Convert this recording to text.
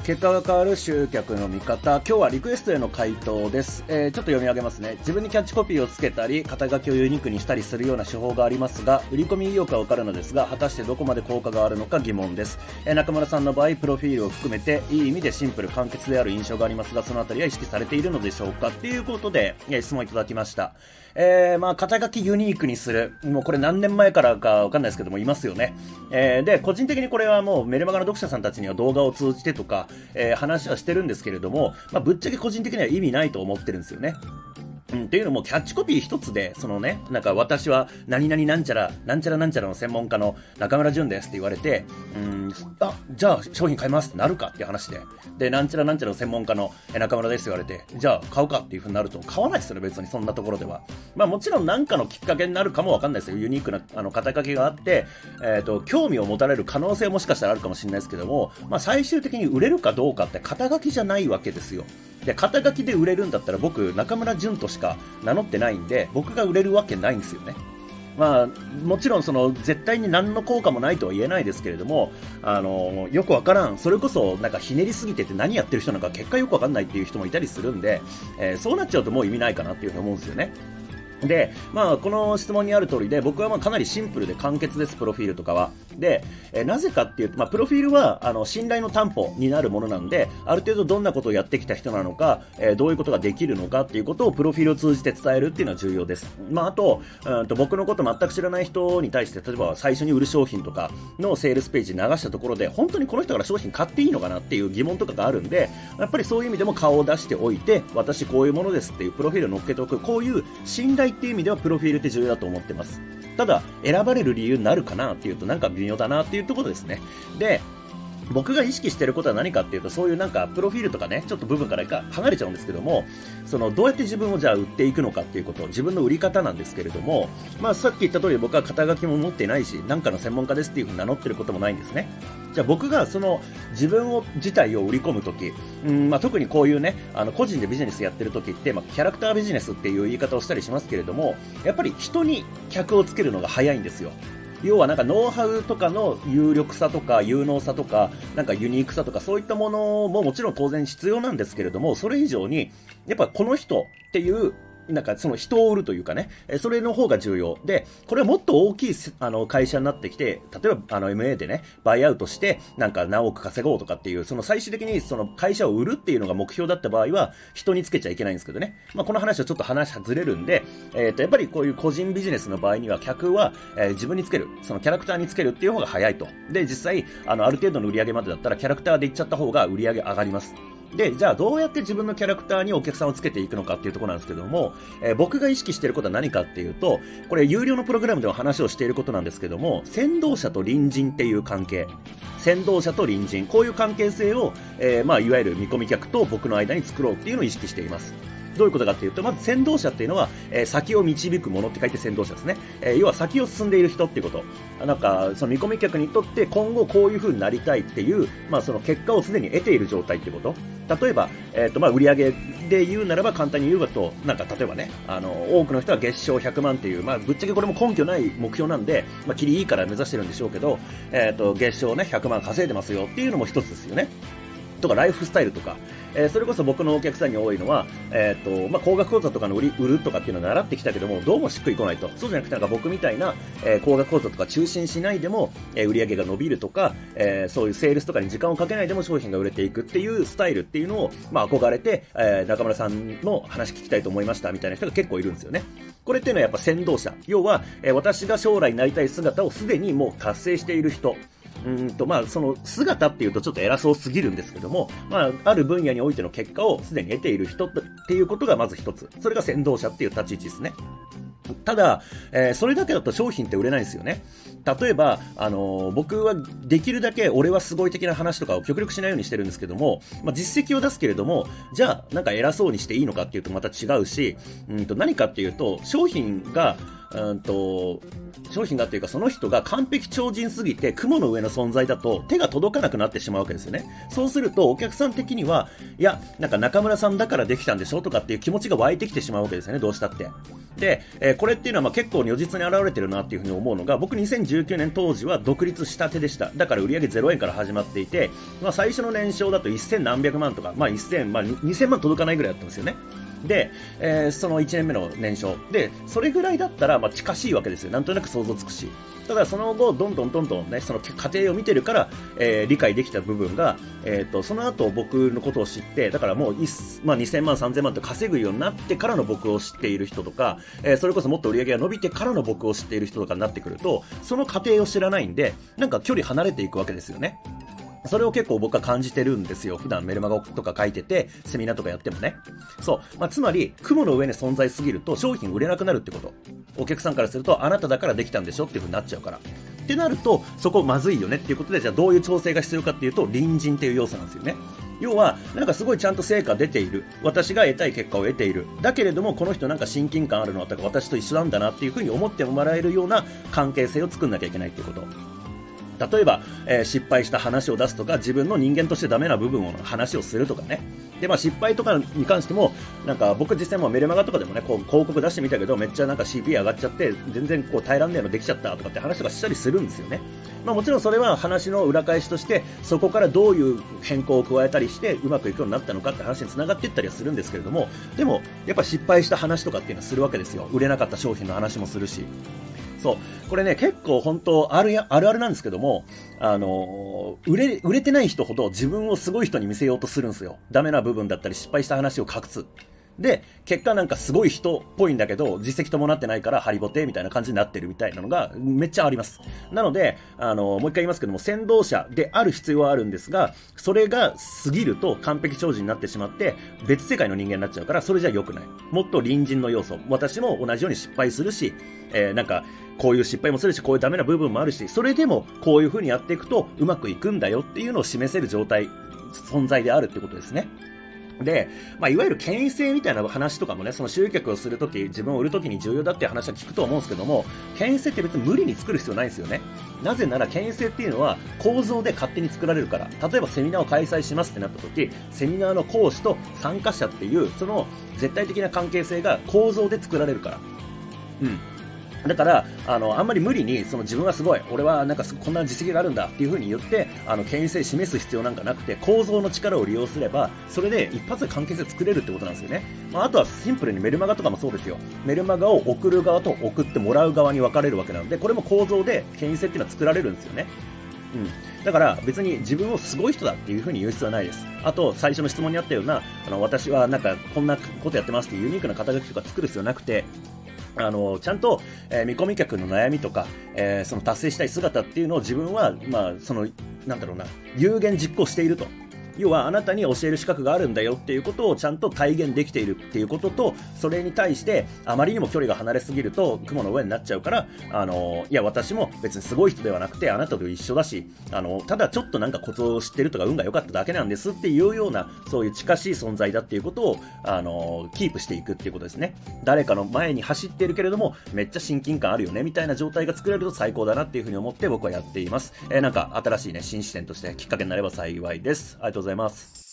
結果が変わる集客の見方。今日はリクエストへの回答です。ちょっと読み上げますね。自分にキャッチコピーをつけたり、肩書きをユニークにしたりするような手法がありますが、売り込み意欲はわかるのですが、果たしてどこまで効果があるのか疑問です。中村さんの場合、プロフィールを含めて、いい意味でシンプル簡潔である印象がありますが、そのあたりは意識されているのでしょうかっていうことで、質問いただきました。肩書きユニークにする。もうこれ何年前からかわかんないですけども、いますよね。で、個人的にこれはもうメルマガの読者さんたちには動画を通じてとか、話はしてるんですけれども、ぶっちゃけ個人的には意味ないと思ってるんですよね。っていうのもキャッチコピー一つで、そのね、なんか私は何々なんちゃら、なんちゃらなんちゃらの専門家の中村淳ですって言われて、じゃあ商品買いますってなるかっていう話で、で、なんちゃらなんちゃらの専門家の中村ですって言われて、じゃあ買うかっていう風になると、買わないですよね、別にそんなところでは。もちろん何かのきっかけになるかもわかんないですよ。ユニークな肩書きがあって、興味を持たれる可能性もしかしたらあるかもしれないですけども、最終的に売れるかどうかって肩書きじゃないわけですよ。で、肩書きで売れるんだったら僕、中村淳としか名乗ってないんで、僕が売れるわけないんですよね。もちろん絶対に何の効果もないとは言えないですけれども、よくわからん、それこそなんかひねりすぎてて何やってる人なんか結果よくわかんないっていう人もいたりするんで、そうなっちゃうともう意味ないかなっていうふうに思うんですよね。で、この質問にある通りで、僕はかなりシンプルで簡潔です、プロフィールとかは。で、なぜかっていうと、プロフィールは、信頼の担保になるものなんで、ある程度どんなことをやってきた人なのか、どういうことができるのかっていうことをプロフィールを通じて伝えるっていうのは重要です。あと、僕のこと全く知らない人に対して、例えば最初に売る商品とかのセールスページ流したところで、本当にこの人から商品買っていいのかなっていう疑問とかがあるんで、やっぱりそういう意味でも顔を出しておいて、私こういうものですっていうプロフィールを載っけておく、こういう信頼っていう意味ではプロフィールって重要だと思ってます。ただ選ばれる理由になるかなっていうとなんか微妙だなっていうところですね。で、僕が意識していることは何かっていうと、そういうなんかプロフィールとかね、ちょっと部分から離れちゃうんですけども、どうやって自分をじゃあ売っていくのかっていうこと、自分の売り方なんですけれども、さっき言った通り僕は肩書きも持っていないし、なんかの専門家ですっていうふうに名乗ってることもないんですね。じゃあ僕が自分自体を売り込むとき、特にこういうね、個人でビジネスやってるときって、キャラクタービジネスっていう言い方をしたりしますけれども、やっぱり人に客をつけるのが早いんですよ。要はなんかノウハウとかの有力さとか有能さとかなんかユニークさとかそういったものももちろん当然必要なんですけれども、それ以上にやっぱこの人っていうなんか人を売るというかね、それの方が重要で、これはもっと大きい会社になってきて、例えばMA でねバイアウトしてなんか何億稼ごうとかっていう最終的に会社を売るっていうのが目標だった場合は人につけちゃいけないんですけどね。この話はちょっと話ずれるんで、やっぱりこういう個人ビジネスの場合には客は、自分につけるキャラクターにつけるっていう方が早いと。で、実際ある程度の売り上げまでだったらキャラクターでいっちゃった方が売り上げ上がります。で、じゃあどうやって自分のキャラクターにお客さんをつけていくのかっていうところなんですけども、僕が意識していることは何かっていうと、これ有料のプログラムでも話をしていることなんですけども、先導者と隣人っていう関係、先導者と隣人、こういう関係性を、いわゆる見込み客と僕の間に作ろうっていうのを意識しています。どういうことかっていうと、まず先導者っていうのは、先を導くものって書いて先導者ですね。要は先を進んでいる人っていうこと。なんか、見込み客にとって今後こういう風になりたいっていう、結果をすでに得ている状態っていうこと。例えば、売上で言うならば簡単に言うと、なんか例えばね、多くの人は月賞100万っていう、ぶっちゃけこれも根拠ない目標なんで、キリいいから目指してるんでしょうけど、月賞ね、100万稼いでますよっていうのも一つですよね。とかライフスタイルとか、それこそ僕のお客さんに多いのは、高額講座とかの売るとかっていうのを習ってきたけども、どうもしっくりこないと。そうじゃなくてなんか僕みたいな、高額講座とか中心しないでも、売り上げが伸びるとか、そういうセールスとかに時間をかけないでも商品が売れていくっていうスタイルっていうのを、憧れて、中村さんの話聞きたいと思いましたみたいな人が結構いるんですよね。これっていうのはやっぱ先導者。要は、私が将来なりたい姿をすでにもう達成している人。その姿っていうとちょっと偉そうすぎるんですけども、ある分野においての結果をすでに得ている人っていうことがまず一つ。それが先導者っていう立ち位置ですね。ただ、それだけだと商品って売れないんですよね。例えば、僕はできるだけ俺はすごい的な話とかを極力しないようにしてるんですけども、実績を出すけれども、じゃあなんか偉そうにしていいのかっていうとまた違うし、何かっていうと、商品が商品がっていうかその人が完璧超人すぎて雲の上の存在だと手が届かなくなってしまうわけですよね。そうするとお客さん的には、いや、なんか中村さんだからできたんでしょとかっていう気持ちが湧いてきてしまうわけですよね、どうしたって。で、これっていうのはまあ結構如実に現れてるなっていうふうに思うのが、僕2019年当時は独立したてでした。だから売上0円から始まっていて、まあ最初の年商だと1000何百万とか、まあ2000万届かないぐらいだったんですよね。で、その1年目の年商で、それぐらいだったらまあ近しいわけですよ。なんとなく想像つくし。ただその後どんどんね、その過程を見てるから、理解できた部分が、その後僕のことを知って、だからもうまあ、2000万3000万と稼ぐようになってからの僕を知っている人とか、それこそもっと売り上げが伸びてからの僕を知っている人とかになってくると、その過程を知らないんで、なんか距離離れていくわけですよね。それを結構僕は感じてるんですよ。普段メルマガとか書いてて、セミナーとかやってもね。そう。まあ、つまり、雲の上に存在すぎると商品売れなくなるってこと。お客さんからすると、あなただからできたんでしょっていう風になっちゃうから。ってなると、そこまずいよねっていうことで、じゃあどういう調整が必要かっていうと、隣人っていう要素なんですよね。要は、なんかすごいちゃんと成果出ている。私が得たい結果を得ている。だけれども、この人なんか親近感あるのは、私と一緒なんだなっていう風に思ってもらえるような関係性を作んなきゃいけないっていうこと。例えば、失敗した話を出すとか、自分の人間としてダメな部分を話をするとかね。で、まあ失敗とかに関しても、なんか僕実際もメルマガとかでもね、こう広告出してみたけど、めっちゃなんか CP 上がっちゃって、全然こう耐えらんねえのできちゃったとかって話とかしたりするんですよね。まあもちろんそれは話の裏返しとして、そこからどういう変更を加えたりして、うまくいくようになったのかって話に繋がっていったりはするんですけれども、でも、やっぱ失敗した話とかっていうのはするわけですよ。売れなかった商品の話もするし。そう。これね、結構本当あるあるなんですけども、売れてない人ほど自分をすごい人に見せようとするんですよ。ダメな部分だったり失敗した話を隠す。で、結果なんかすごい人っぽいんだけど、実績伴ってないからハリボテみたいな感じになってるみたいなのがめっちゃあります。なので、もう一回言いますけども、先導者である必要はあるんですが、それが過ぎると完璧超人になってしまって、別世界の人間になっちゃうから、それじゃ良くない。もっと隣人の要素。私も同じように失敗するし、なんか、こういう失敗もするし、こういうダメな部分もあるし、それでもこういう風にやっていくとうまくいくんだよっていうのを示せる状態、存在であるってことですね。で、まあ、いわゆる権威性みたいな話とかもね、その集客をするとき、自分を売るときに重要だっていう話は聞くと思うんですけども、権威性って別に無理に作る必要ないんですよね。なぜなら権威性っていうのは構造で勝手に作られるから。例えばセミナーを開催しますってなったとき、セミナーの講師と参加者っていう、その絶対的な関係性が構造で作られるから。うん。だから、あんまり無理に、自分はすごい、俺はなんかこんな実績があるんだっていう風に言って、権威性示す必要なんかなくて、構造の力を利用すれば、それで一発で関係性作れるってことなんですよね。まあ、あとはシンプルにメルマガとかもそうですよ。メルマガを送る側と送ってもらう側に分かれるわけなので、これも構造で権威性っていうのは作られるんですよね。うん。だから別に自分をすごい人だっていう風に言う必要はないです。あと、最初の質問にあったような、私はなんかこんなことやってますっていうユニークな肩書きとか作る必要なくて、ちゃんと、見込み客の悩みとか、その達成したい姿っていうのを自分は、まあ、なんだろうな、有言実行していると。要はあなたに教える資格があるんだよっていうことをちゃんと体現できているっていうことと、それに対してあまりにも距離が離れすぎると雲の上になっちゃうから、いや私も別にすごい人ではなくてあなたと一緒だし、ただちょっとなんかコツを知ってるとか運が良かっただけなんですっていうような、そういう近しい存在だっていうことを、キープしていくっていうことですね。誰かの前に走っているけれどもめっちゃ親近感あるよねみたいな状態が作れると最高だなっていうふうに思って僕はやっています。なんか新しいね、新視点としてきっかけになれば幸いです。ありがとうございます。